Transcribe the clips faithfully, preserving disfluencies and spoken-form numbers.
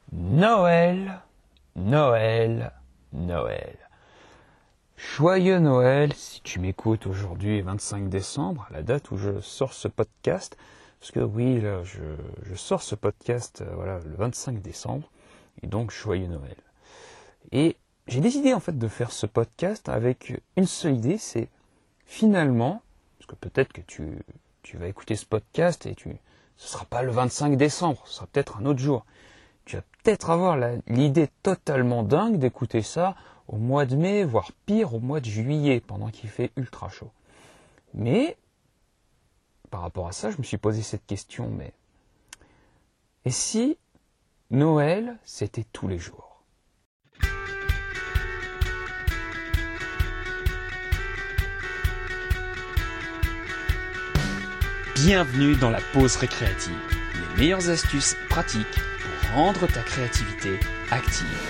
Noël, Noël, Noël. Joyeux Noël si tu m'écoutes aujourd'hui, vingt-cinq décembre, la date où je sors ce podcast. Parce que oui, là, je, je sors ce podcast euh, voilà, le vingt-cinq décembre, et donc joyeux Noël. Et j'ai décidé en fait de faire ce podcast avec une seule idée, c'est finalement, parce que peut-être que tu, tu vas écouter ce podcast et tu, ce sera pas le vingt-cinq décembre, ce sera peut-être un autre jour. Tu vas peut-être avoir la, l'idée totalement dingue d'écouter ça au mois de mai, voire pire au mois de juillet, pendant qu'il fait ultra chaud. Mais, par rapport à ça, je me suis posé cette question, mais et si Noël, c'était tous les jours ? Bienvenue dans la pause récréative, les meilleures astuces pratiques pour rendre ta créativité active.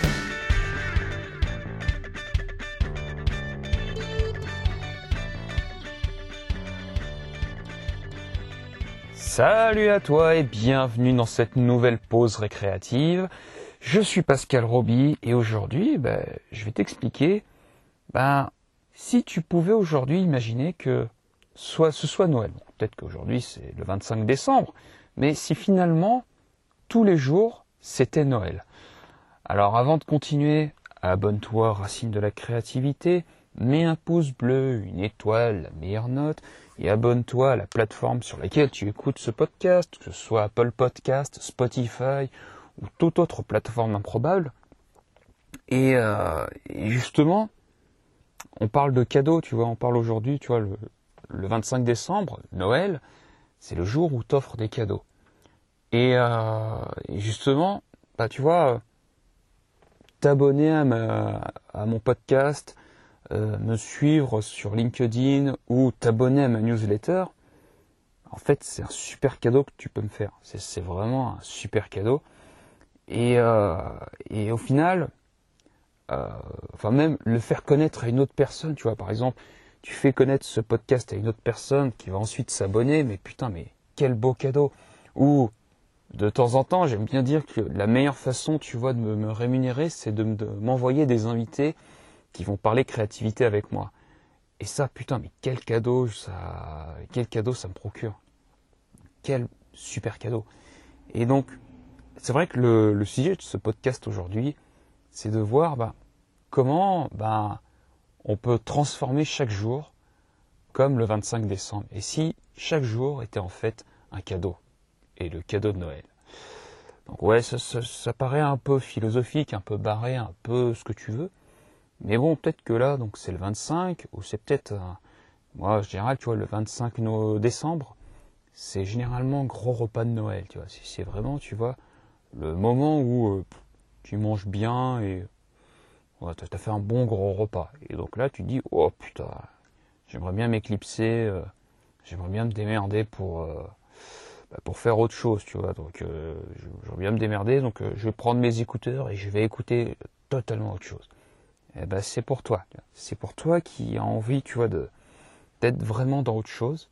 Salut à toi et bienvenue dans cette nouvelle pause récréative. Je suis Pascal Roby et aujourd'hui, ben, je vais t'expliquer ben, si tu pouvais aujourd'hui imaginer que soit, ce soit Noël. Bon, peut-être qu'aujourd'hui c'est le vingt-cinq décembre, mais si finalement tous les jours c'était Noël. Alors avant de continuer, abonne-toi, Racine de la créativité, mets un pouce bleu, une étoile, la meilleure note, et abonne-toi à la plateforme sur laquelle tu écoutes ce podcast, que ce soit Apple Podcast, Spotify ou toute autre plateforme improbable. Et, euh, et justement, on parle de cadeaux, tu vois, on parle aujourd'hui, tu vois, le, le vingt-cinq décembre, Noël, c'est le jour où t'offres des cadeaux. Et, euh, et justement, bah tu vois, t'abonner à, ma, à mon podcast, euh, me suivre sur LinkedIn ou t'abonner à ma newsletter, en fait c'est un super cadeau que tu peux me faire. C'est, c'est vraiment un super cadeau. Et, euh, et au final, euh, enfin même le faire connaître à une autre personne, tu vois, par exemple, tu fais connaître ce podcast à une autre personne qui va ensuite s'abonner, mais putain, mais quel beau cadeau. Ou de temps en temps, j'aime bien dire que la meilleure façon, tu vois, de me, me rémunérer, c'est de, de m'envoyer des invités qui vont parler créativité avec moi. Et ça, putain, mais quel cadeau ça, quel cadeau ça me procure. Quel super cadeau. Et donc, c'est vrai que le, le sujet de ce podcast aujourd'hui, c'est de voir bah, comment bah, on peut transformer chaque jour comme le vingt-cinq décembre. Et si chaque jour était en fait un cadeau. Et le cadeau de Noël. Donc ouais, ça, ça, ça paraît un peu philosophique, un peu barré, un peu ce que tu veux. Mais bon, peut-être que là, donc c'est le vingt-cinq, ou c'est peut-être, euh, moi, en général, tu vois, le vingt-cinq décembre, c'est généralement gros repas de Noël, tu vois. C'est, c'est vraiment, tu vois, le moment où euh, tu manges bien et ouais, tu as fait un bon gros repas. Et donc là, tu te dis, oh putain, j'aimerais bien m'éclipser, euh, j'aimerais bien me démerder pour... Euh, Bah pour faire autre chose, tu vois. Donc, euh, je, je viens me démerder, donc euh, je vais prendre mes écouteurs et je vais écouter totalement autre chose. Et ben, c'est pour toi. C'est pour toi qui a envie, tu vois, de, d'être vraiment dans autre chose.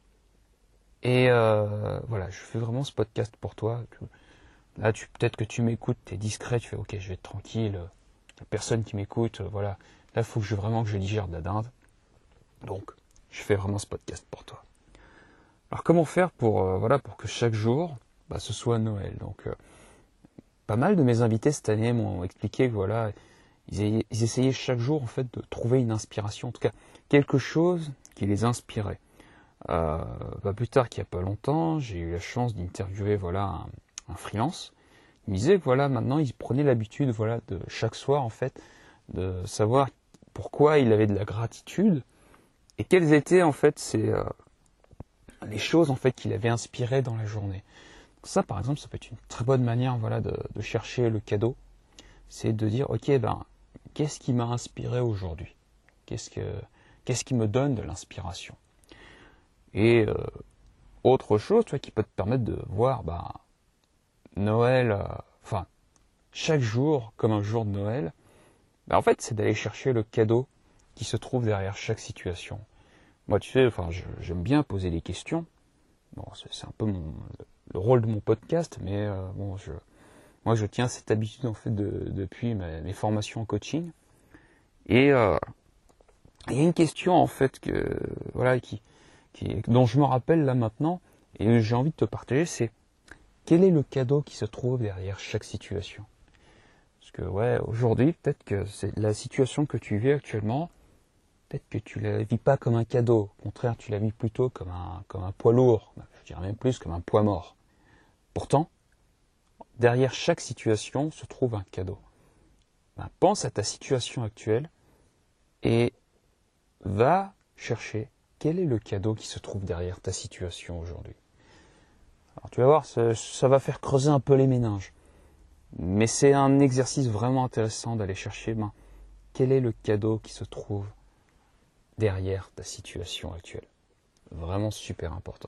Et euh, voilà, je fais vraiment ce podcast pour toi. Là, tu, peut-être que tu m'écoutes, tu es discret, tu fais, ok, je vais être tranquille. La personne qui m'écoute, euh, voilà. Là, il faut que je, vraiment que je digère de la dinde. Donc, je fais vraiment ce podcast pour toi. Alors comment faire pour euh, voilà pour que chaque jour bah, ce soit Noël. Donc euh, pas mal de mes invités cette année m'ont expliqué que voilà ils, ils essayaient chaque jour en fait de trouver une inspiration, en tout cas quelque chose qui les inspirait. Euh, bah, plus tard qu'il n'y a pas longtemps, j'ai eu la chance d'interviewer voilà un, un freelance. Il me disait que voilà maintenant il prenait l'habitude voilà de chaque soir en fait de savoir pourquoi il avait de la gratitude et quelles étaient en fait ses euh, les choses en fait qui l'avaient inspiré dans la journée. Donc ça par exemple ça peut être une très bonne manière voilà de, de chercher le cadeau, c'est de dire ok ben qu'est-ce qui m'a inspiré aujourd'hui, qu'est-ce que qu'est-ce qui me donne de l'inspiration. Et euh, autre chose tu vois qui peut te permettre de voir ben Noël euh, enfin chaque jour comme un jour de Noël, ben, en fait c'est d'aller chercher le cadeau qui se trouve derrière chaque situation. Moi, tu sais, enfin, je, j'aime bien poser des questions. Bon, c'est, c'est un peu mon, le rôle de mon podcast, mais euh, bon, je, Moi, je tiens cette habitude en fait de, depuis mes, mes formations en coaching. Et euh, il y a une question en fait que voilà qui, qui dont je me rappelle là maintenant et j'ai envie de te partager, c'est quel est le cadeau qui se trouve derrière chaque situation? Parce que ouais, aujourd'hui, peut-être que c'est la situation que tu vis actuellement, peut-être que tu la vis pas comme un cadeau. Au contraire, tu la vis plutôt comme un, comme un poids lourd. Je dirais même plus comme un poids mort. Pourtant, derrière chaque situation se trouve un cadeau. Ben, pense à ta situation actuelle et va chercher quel est le cadeau qui se trouve derrière ta situation aujourd'hui. Alors tu vas voir, ça, ça va faire creuser un peu les méninges. Mais c'est un exercice vraiment intéressant d'aller chercher ben, quel est le cadeau qui se trouve derrière ta situation actuelle. Vraiment super important.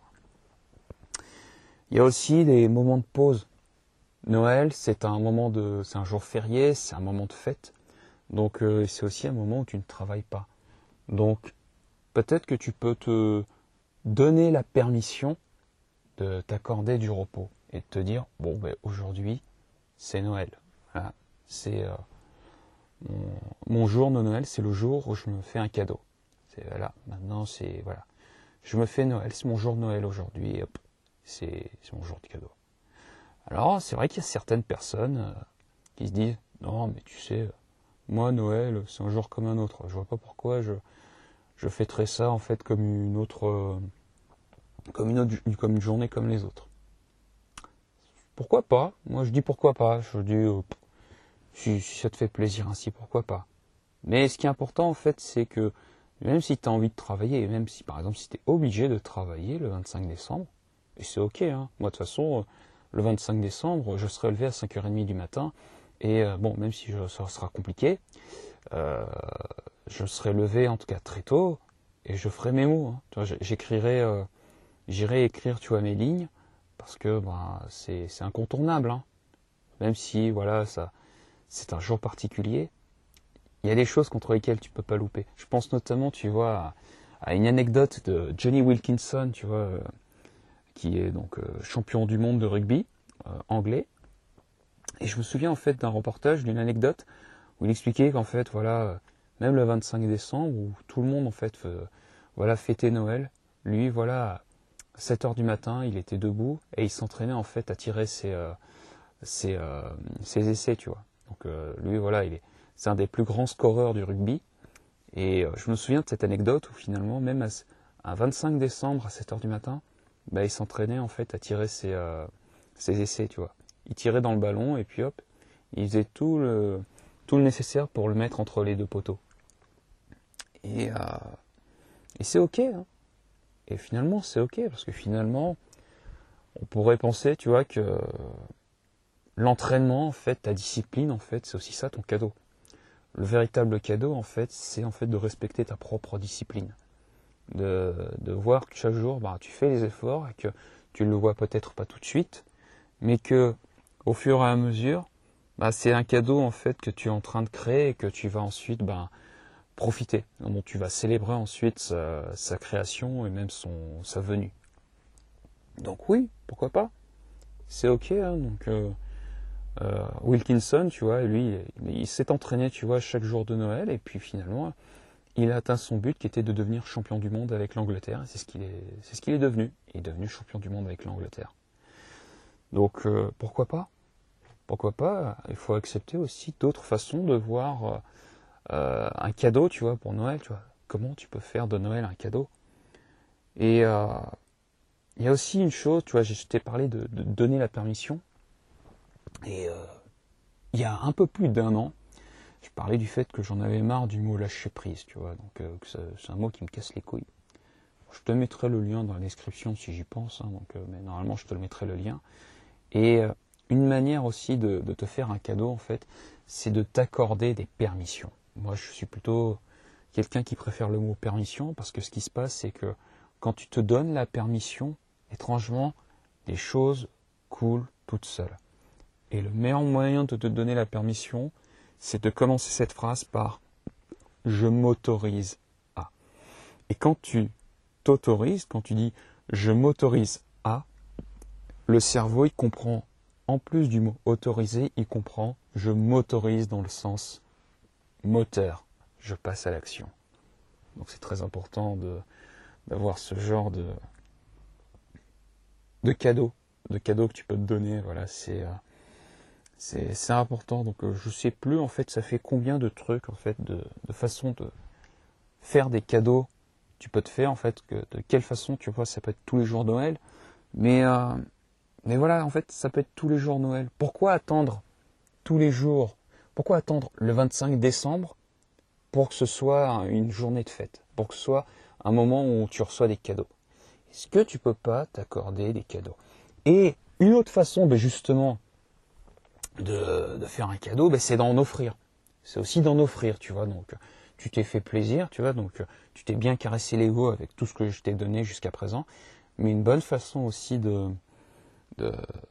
Il y a aussi des moments de pause. Noël, c'est un moment de, c'est un jour férié, c'est un moment de fête. Donc euh, c'est aussi un moment où tu ne travailles pas. Donc peut-être que tu peux te donner la permission de t'accorder du repos et de te dire bon ben aujourd'hui c'est Noël. Voilà. C'est euh, mon, mon jour de Noël, c'est le jour où je me fais un cadeau. C'est voilà, maintenant c'est voilà. Je me fais Noël, c'est mon jour de Noël aujourd'hui, et hop, c'est, c'est mon jour de cadeau. Alors c'est vrai qu'il y a certaines personnes euh, qui se disent non mais tu sais, moi Noël c'est un jour comme un autre. Je vois pas pourquoi je je fêterais ça en fait comme une autre euh, comme une autre comme une journée comme les autres. Pourquoi pas? Moi je dis pourquoi pas. Je dis euh, si, si ça te fait plaisir ainsi, pourquoi pas. Mais ce qui est important en fait, c'est que même si tu as envie de travailler, et même si par exemple si tu es obligé de travailler le vingt-cinq décembre, et c'est ok, hein. Moi de toute façon, le vingt-cinq décembre, je serai levé à cinq heures trente du matin, et euh, bon, même si je, ça sera compliqué, euh, je serai levé en tout cas très tôt, et je ferai mes mots. Hein. Tu vois, j'écrirai, euh, j'irai écrire, tu vois, mes lignes, parce que ben, c'est, c'est incontournable. Hein. Même si, voilà, ça, c'est un jour particulier, il y a des choses contre lesquelles tu peux pas louper. Je pense notamment, tu vois, à, à une anecdote de Johnny Wilkinson, tu vois, euh, qui est donc euh, champion du monde de rugby euh, anglais. Et je me souviens en fait d'un reportage, d'une anecdote où il expliquait qu'en fait, voilà, euh, même le vingt-cinq décembre, où tout le monde en fait, euh, voilà, fêtait Noël, lui, voilà, à sept heures du matin, il était debout et il s'entraînait en fait à tirer ses, euh, ses, euh, ses essais, tu vois. Donc euh, lui, voilà, il est, c'est un des plus grands scoreurs du rugby. Et euh, je me souviens de cette anecdote où finalement, même à, à vingt-cinq décembre à sept heures du matin, bah, il s'entraînait en fait à tirer ses, euh, ses essais, tu vois. Il tirait dans le ballon et puis hop, il faisait tout le, tout le nécessaire pour le mettre entre les deux poteaux. Et, euh, et c'est ok, hein. Et finalement, c'est ok, parce que finalement, on pourrait penser, tu vois, que l'entraînement, en fait, ta discipline, en fait, c'est aussi ça ton cadeau. Le véritable cadeau, en fait, c'est en fait de respecter ta propre discipline. De, de voir que chaque jour, bah, tu fais les efforts et que tu ne le vois peut-être pas tout de suite, mais que au fur et à mesure, bah, c'est un cadeau en fait que tu es en train de créer et que tu vas ensuite bah, profiter, dont tu vas célébrer ensuite sa, sa création et même son, sa venue. Donc oui, pourquoi pas? C'est ok, hein, donc euh, euh, Wilkinson, tu vois, lui, il, il s'est entraîné, tu vois, chaque jour de Noël et puis finalement, il a atteint son but qui était de devenir champion du monde avec l'Angleterre. Et c'est ce qu'il est, c'est ce qu'il est devenu. Il est devenu champion du monde avec l'Angleterre. Donc euh, pourquoi pas? Pourquoi pas? Il faut accepter aussi d'autres façons de voir euh, un cadeau, tu vois, pour Noël. Tu vois, comment tu peux faire de Noël un cadeau? Et euh, il y a aussi une chose, tu vois, je t'ai parlé de, de donner la permission. Et euh, il y a un peu plus d'un an, je parlais du fait que j'en avais marre du mot lâcher prise, tu vois, donc euh, que c'est un mot qui me casse les couilles. Je te mettrai le lien dans la description si j'y pense, hein, donc, euh, mais normalement je te le mettrai le lien. Et euh, une manière aussi de, de te faire un cadeau, en fait, c'est de t'accorder des permissions. Moi, je suis plutôt quelqu'un qui préfère le mot permission, parce que ce qui se passe, c'est que quand tu te donnes la permission, étrangement, les choses coulent toutes seules. Et le meilleur moyen de te donner la permission, c'est de commencer cette phrase par « je m'autorise à ». Et quand tu t'autorises, quand tu dis « je m'autorise à », le cerveau il comprend en plus du mot autorisé, il comprend je m'autorise dans le sens moteur. Je passe à l'action. Donc c'est très important de, d'avoir ce genre de, de cadeau, de cadeau que tu peux te donner. Voilà, c'est, euh, c'est, c'est important. Donc euh, je sais plus en fait, ça fait combien de trucs en fait, de, de façon de faire des cadeaux. Tu peux te faire en fait, que, de quelle façon tu vois, ça peut être tous les jours Noël, mais euh, mais voilà, en fait, ça peut être tous les jours Noël. Pourquoi attendre tous les jours? Pourquoi attendre le vingt-cinq décembre pour que ce soit une journée de fête, pour que ce soit un moment où tu reçois des cadeaux? Est-ce que tu peux pas t'accorder des cadeaux? Et une autre façon, ben justement, de, de faire un cadeau, ben c'est d'en offrir. C'est aussi d'en offrir, tu vois. Donc, tu t'es fait plaisir, tu vois. Donc, tu t'es bien caressé l'ego avec tout ce que je t'ai donné jusqu'à présent. Mais une bonne façon aussi de, de,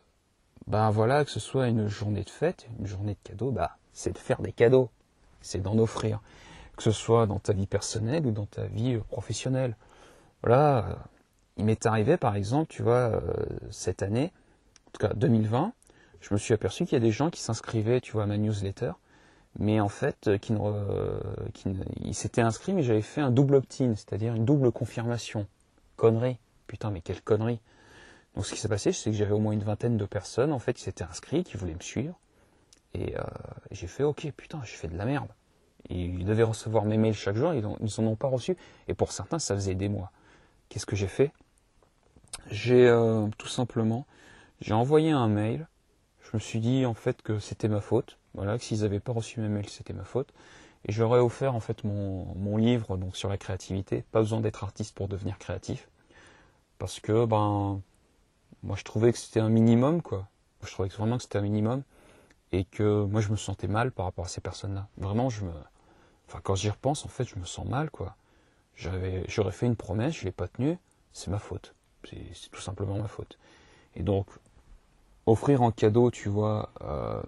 ben voilà, que ce soit une journée de fête, une journée de cadeaux, bah, c'est de faire des cadeaux, c'est d'en offrir, que ce soit dans ta vie personnelle ou dans ta vie professionnelle. Voilà, euh, il m'est arrivé par exemple, tu vois, euh, cette année, en tout cas deux mille vingt, je me suis aperçu qu'il y a des gens qui s'inscrivaient, tu vois, à ma newsletter, mais en fait, euh, qui ne, euh, qui ne, ils s'étaient inscrits, mais j'avais fait un double opt-in, c'est-à-dire une double confirmation. Connerie, putain, mais quelle connerie. Donc ce qui s'est passé, c'est que j'avais au moins une vingtaine de personnes en fait qui s'étaient inscrites, qui voulaient me suivre. Et euh, j'ai fait ok, putain, j'ai fait de la merde. Et ils devaient recevoir mes mails chaque jour, ils n'en ont pas reçu. Et pour certains, ça faisait des mois. Qu'est-ce que j'ai fait? J'ai euh, tout simplement, j'ai envoyé un mail. Je me suis dit en fait que c'était ma faute. Voilà, que s'ils n'avaient pas reçu mes mails, c'était ma faute. Et je leur ai offert en fait mon, mon livre donc sur la créativité. Pas besoin d'être artiste pour devenir créatif. Parce que ben moi, je trouvais que c'était un minimum, quoi. Je trouvais vraiment que c'était un minimum. Et que moi, je me sentais mal par rapport à ces personnes-là. Vraiment, je me... Enfin, quand j'y repense, en fait, je me sens mal, quoi. J'avais... J'aurais fait une promesse, je ne l'ai pas tenue. C'est ma faute. C'est... c'est tout simplement ma faute. Et donc, offrir en cadeau, tu vois, euh,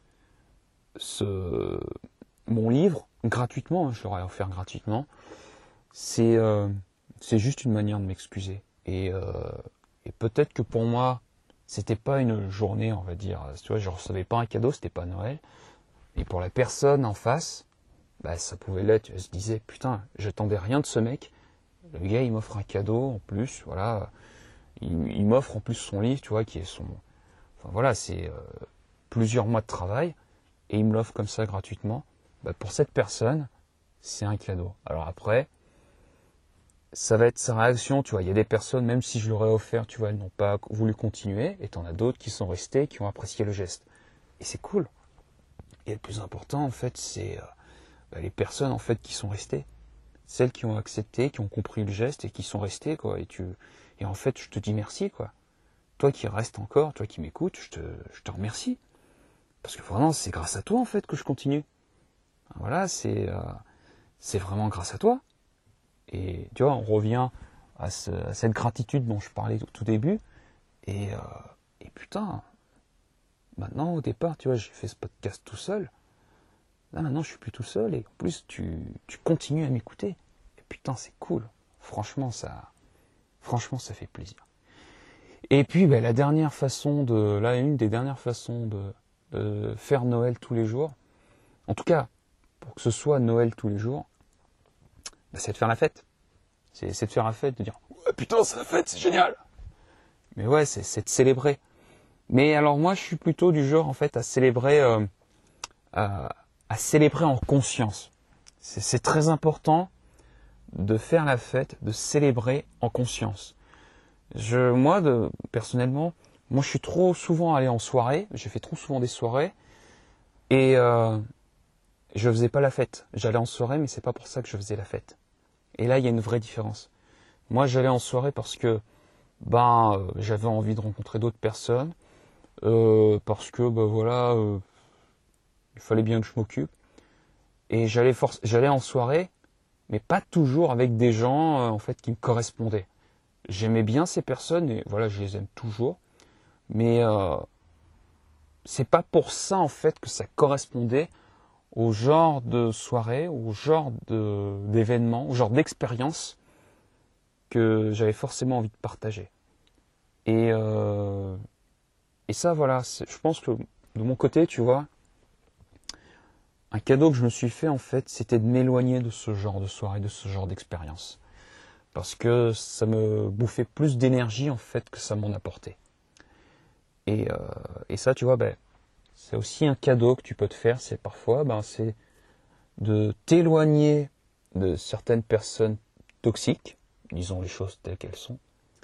ce... mon livre, gratuitement, hein, je l'aurais offert gratuitement, c'est, euh, c'est juste une manière de m'excuser. Et... Euh... Et peut-être que pour moi, c'était pas une journée, on va dire, tu vois, je recevais pas un cadeau, c'était pas Noël. Et pour la personne en face, bah, ça pouvait l'être. Elle se disait, putain, j'attendais rien de ce mec. Le gars, il m'offre un cadeau, en plus, voilà. Il, il m'offre en plus son livre, tu vois, qui est son... Enfin voilà, c'est euh, plusieurs mois de travail. Et il me l'offre comme ça, gratuitement. Bah, pour cette personne, c'est un cadeau. Alors après... ça va être sa réaction, tu vois, il y a des personnes, même si je leur ai offert, tu vois, elles n'ont pas voulu continuer, et t'en as d'autres qui sont restés, qui ont apprécié le geste. Et c'est cool. Et le plus important, en fait, c'est euh, bah, les personnes, en fait, qui sont restées. Celles qui ont accepté, qui ont compris le geste, et qui sont restées, quoi. Et tu, et en fait, je te dis merci, quoi. Toi qui restes encore, toi qui m'écoutes, je te, je te remercie. Parce que vraiment, c'est grâce à toi, en fait, que je continue. Voilà, c'est, euh, c'est vraiment grâce à toi. Et tu vois, on revient à, ce, à cette gratitude dont je parlais au tout début. Et, euh, et putain, maintenant au départ, tu vois, j'ai fait ce podcast tout seul. Là maintenant, je suis plus tout seul. Et en plus, tu, tu continues à m'écouter. Et putain, c'est cool. Franchement, ça, franchement, ça fait plaisir. Et puis, ben, la dernière façon de, là, une des dernières façons de, de faire Noël tous les jours. En tout cas, pour que ce soit Noël tous les jours. Bah, c'est de faire la fête. C'est, c'est de faire la fête, de dire ouais, putain, c'est la fête, c'est génial. Mais ouais, c'est, c'est de célébrer. Mais alors moi, je suis plutôt du genre en fait à célébrer, euh, à, à célébrer en conscience. C'est, c'est très important de faire la fête, de célébrer en conscience. Je, moi, de, personnellement, moi, je suis trop souvent allé en soirée. J'ai fait trop souvent des soirées et euh, je faisais pas la fête. J'allais en soirée, mais c'est pas pour ça que je faisais la fête. Et là, il y a une vraie différence. Moi, j'allais en soirée parce que ben, euh, j'avais envie de rencontrer d'autres personnes, euh, parce que ben, voilà, euh, il fallait bien que je m'occupe. Et j'allais, forc- j'allais en soirée, mais pas toujours avec des gens euh, en fait qui me correspondaient. J'aimais bien ces personnes et voilà, je les aime toujours, mais euh, c'est pas pour ça en fait que ça correspondait au genre de soirée, au genre de, d'événement, au genre d'expérience que j'avais forcément envie de partager. Et, euh, et ça, voilà, c'est, je pense que de mon côté, tu vois, un cadeau que je me suis fait, en fait, c'était de m'éloigner de ce genre de soirée, de ce genre d'expérience. Parce que ça me bouffait plus d'énergie, en fait, que ça m'en apportait. Et, euh, et ça, tu vois, ben, c'est aussi un cadeau que tu peux te faire, c'est parfois, ben, c'est de t'éloigner de certaines personnes toxiques, disons les choses telles qu'elles sont,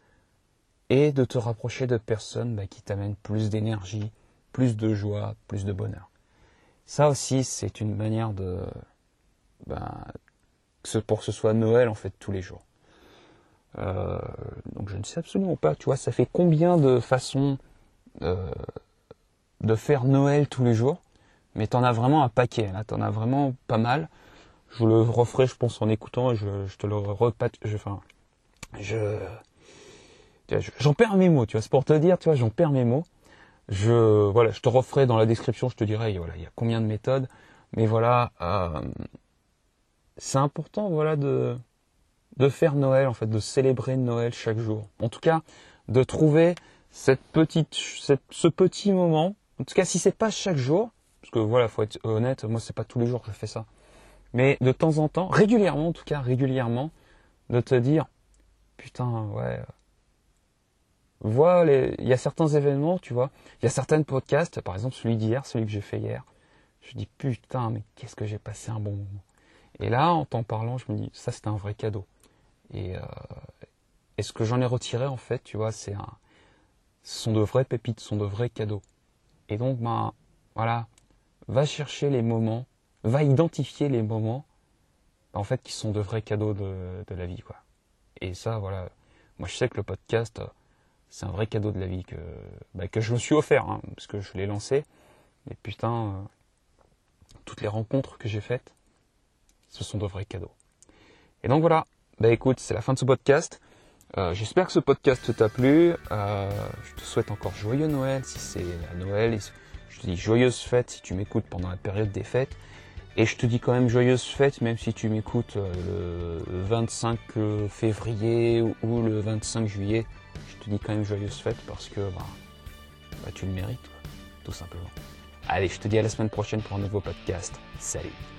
et de te rapprocher de personnes ben, qui t'amènent plus d'énergie, plus de joie, plus de bonheur. Ça aussi, c'est une manière de, ben, pour que ce soit Noël en fait tous les jours. Euh, donc je ne sais absolument pas, tu vois, ça fait combien de façons euh, de faire Noël tous les jours, mais t'en as vraiment un paquet, là, t'en as vraiment pas mal. Je le referai, je pense, en écoutant, et je, je te le repâte, je, enfin, je, j'en perds mes mots, tu vois, c'est pour te dire, tu vois, j'en perds mes mots. Je, voilà, je te referai dans la description, je te dirai, voilà, il y a combien de méthodes, mais voilà, euh, c'est important, voilà, de, de faire Noël, en fait, de célébrer Noël chaque jour. En tout cas, de trouver cette petite, cette, ce petit moment. En tout cas, si c'est pas chaque jour, parce que voilà, faut être honnête, moi c'est pas tous les jours que je fais ça, mais de temps en temps, régulièrement, en tout cas, régulièrement, de te dire, putain, ouais. Vois, les... il y a certains événements, tu vois, il y a certains podcasts, par exemple celui d'hier, celui que j'ai fait hier, je dis putain, mais qu'est-ce que j'ai passé un bon moment. Et là, en t'en parlant, je me dis, ça c'est un vrai cadeau. Et, euh... et ce que j'en ai retiré, en fait, tu vois, c'est un... ce sont de vraies pépites, ce sont de vrais cadeaux. Et donc, ben, voilà, va chercher les moments, va identifier les moments, en fait, qui sont de vrais cadeaux de, de la vie, quoi. Et ça, voilà, moi je sais que le podcast, c'est un vrai cadeau de la vie que, bah, que je me suis offert, hein, parce que je l'ai lancé. Mais putain, euh, toutes les rencontres que j'ai faites, ce sont de vrais cadeaux. Et donc voilà, bah écoute, c'est la fin de ce podcast. Euh, j'espère que ce podcast t'a plu. Euh, je te souhaite encore joyeux Noël si c'est à Noël. Je te dis joyeuse fête si tu m'écoutes pendant la période des fêtes. Et je te dis quand même joyeuse fête même si tu m'écoutes le vingt-cinq février ou le vingt-cinq juillet. Je te dis quand même joyeuse fête parce que bah, bah, tu le mérites, quoi, tout simplement. Allez, je te dis à la semaine prochaine pour un nouveau podcast. Salut!